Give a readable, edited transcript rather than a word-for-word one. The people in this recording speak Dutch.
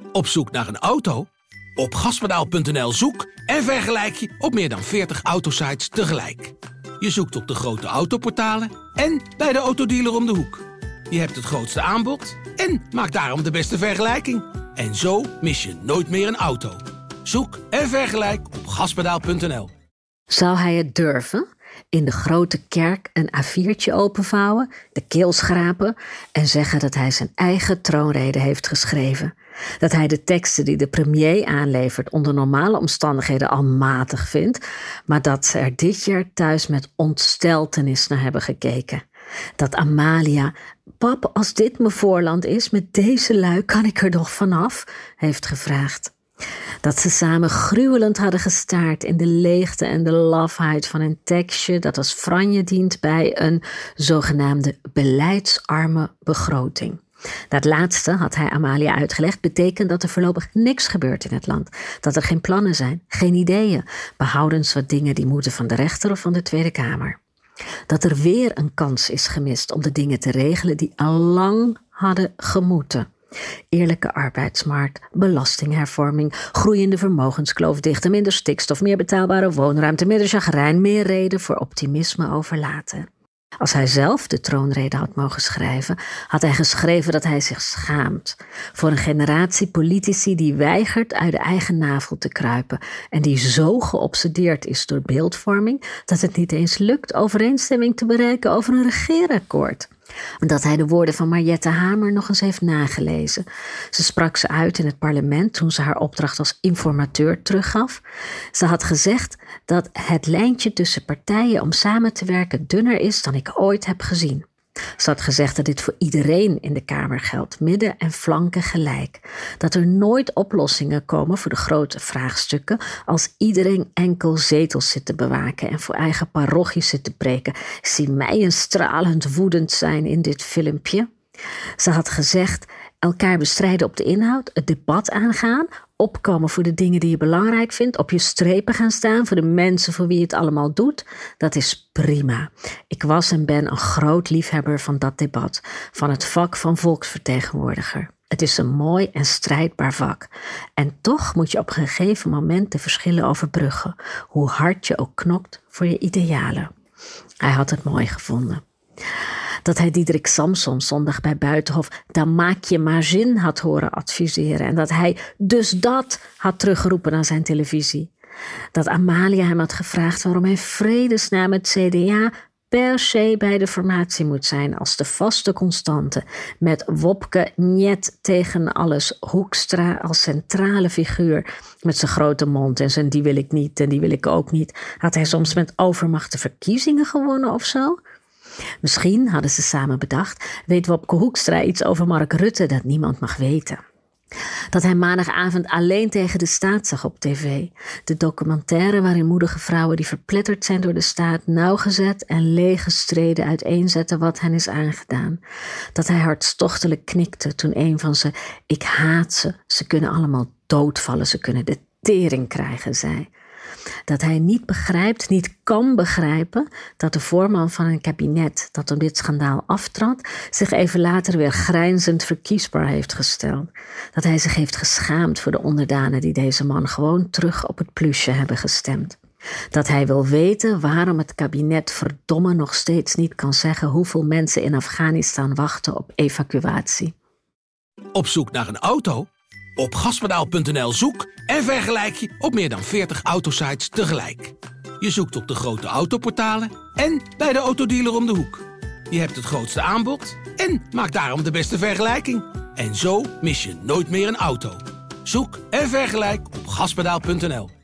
Op zoek naar een auto? Op Gaspedaal.nl zoek en vergelijk je op meer dan 40 autosites tegelijk. Je zoekt op de grote autoportalen en bij de autodealer om de hoek. Je hebt het grootste aanbod en maakt daarom de beste vergelijking. En zo mis je nooit meer een auto. Zoek en vergelijk op Gaspedaal.nl. Zou hij het durven? In de grote kerk een A4'tje openvouwen, de keel schrapen en zeggen dat hij zijn eigen troonrede heeft geschreven. Dat hij de teksten die de premier aanlevert onder normale omstandigheden al matig vindt, maar dat ze er dit jaar thuis met ontsteltenis naar hebben gekeken. Dat Amalia, pap, als dit mijn voorland is, met deze lui kan ik er nog vanaf, heeft gevraagd. Dat ze samen gruwelend hadden gestaard in de leegte en de lafheid van een tekstje dat als franje dient bij een zogenaamde beleidsarme begroting. Dat laatste, had hij Amalia uitgelegd, betekent dat er voorlopig niks gebeurt in het land. Dat er geen plannen zijn, geen ideeën, behoudens wat dingen die moeten van de rechter of van de Tweede Kamer. Dat er weer een kans is gemist om de dingen te regelen die al lang hadden gemoeten. Eerlijke arbeidsmarkt, belastinghervorming, groeiende vermogenskloof dichten, minder stikstof, meer betaalbare woonruimte, minder chagrijn, meer reden voor optimisme over later. Als hij zelf de troonrede had mogen schrijven, had hij geschreven dat hij zich schaamt voor een generatie politici die weigert uit de eigen navel te kruipen en die zo geobsedeerd is door beeldvorming dat het niet eens lukt overeenstemming te bereiken over een regeerakkoord. Dat hij de woorden van Mariette Hamer nog eens heeft nagelezen. Ze sprak ze uit in het parlement toen ze haar opdracht als informateur teruggaf. Ze had gezegd dat het lijntje tussen partijen om samen te werken dunner is dan ik ooit heb gezien. Ze had gezegd dat dit voor iedereen in de Kamer geldt, midden en flanken gelijk. Dat er nooit oplossingen komen voor de grote vraagstukken als iedereen enkel zetels zit te bewaken en voor eigen parochies zit te preken. Zie mij een stralend woedend zijn in dit filmpje. Ze had gezegd elkaar bestrijden op de inhoud, het debat aangaan, opkomen voor de dingen die je belangrijk vindt, op je strepen gaan staan voor de mensen voor wie je het allemaal doet. Dat is prima. Ik was en ben een groot liefhebber van dat debat, van het vak van volksvertegenwoordiger. Het is een mooi en strijdbaar vak. En toch moet je op een gegeven moment de verschillen overbruggen, hoe hard je ook knokt voor je idealen. Hij had het mooi gevonden. Dat hij Diederik Samson zondag bij Buitenhof dan maak je maar zin had horen adviseren. En dat hij dus dat had teruggeroepen aan zijn televisie. Dat Amalia hem had gevraagd waarom hij vredesnaam het CDA per se bij de formatie moet zijn als de vaste constante. Met Wopke Njet tegen alles, Hoekstra als centrale figuur. Met zijn grote mond en zijn die wil ik niet en die wil ik ook niet. Had hij soms met overmacht de verkiezingen gewonnen of zo? Misschien, hadden ze samen bedacht, weet Wopke Hoekstra iets over Mark Rutte dat niemand mag weten. Dat hij maandagavond alleen tegen de staat zag op tv. De documentaire waarin moedige vrouwen die verpletterd zijn door de staat nauwgezet en leeggestreden uiteenzetten wat hen is aangedaan. Dat hij hartstochtelijk knikte toen een van ze, ik haat ze kunnen allemaal doodvallen, ze kunnen de tering krijgen, zei. Dat hij niet begrijpt, niet kan begrijpen dat de voorman van een kabinet dat om dit schandaal aftrad, zich even later weer grijnzend verkiesbaar heeft gesteld. Dat hij zich heeft geschaamd voor de onderdanen die deze man gewoon terug op het plusje hebben gestemd. Dat hij wil weten waarom het kabinet verdomme nog steeds niet kan zeggen hoeveel mensen in Afghanistan wachten op evacuatie. Op zoek naar een auto? Op Gaspedaal.nl zoek en vergelijk je op meer dan 40 autosites tegelijk. Je zoekt op de grote autoportalen en bij de autodealer om de hoek. Je hebt het grootste aanbod en maakt daarom de beste vergelijking. En zo mis je nooit meer een auto. Zoek en vergelijk op Gaspedaal.nl.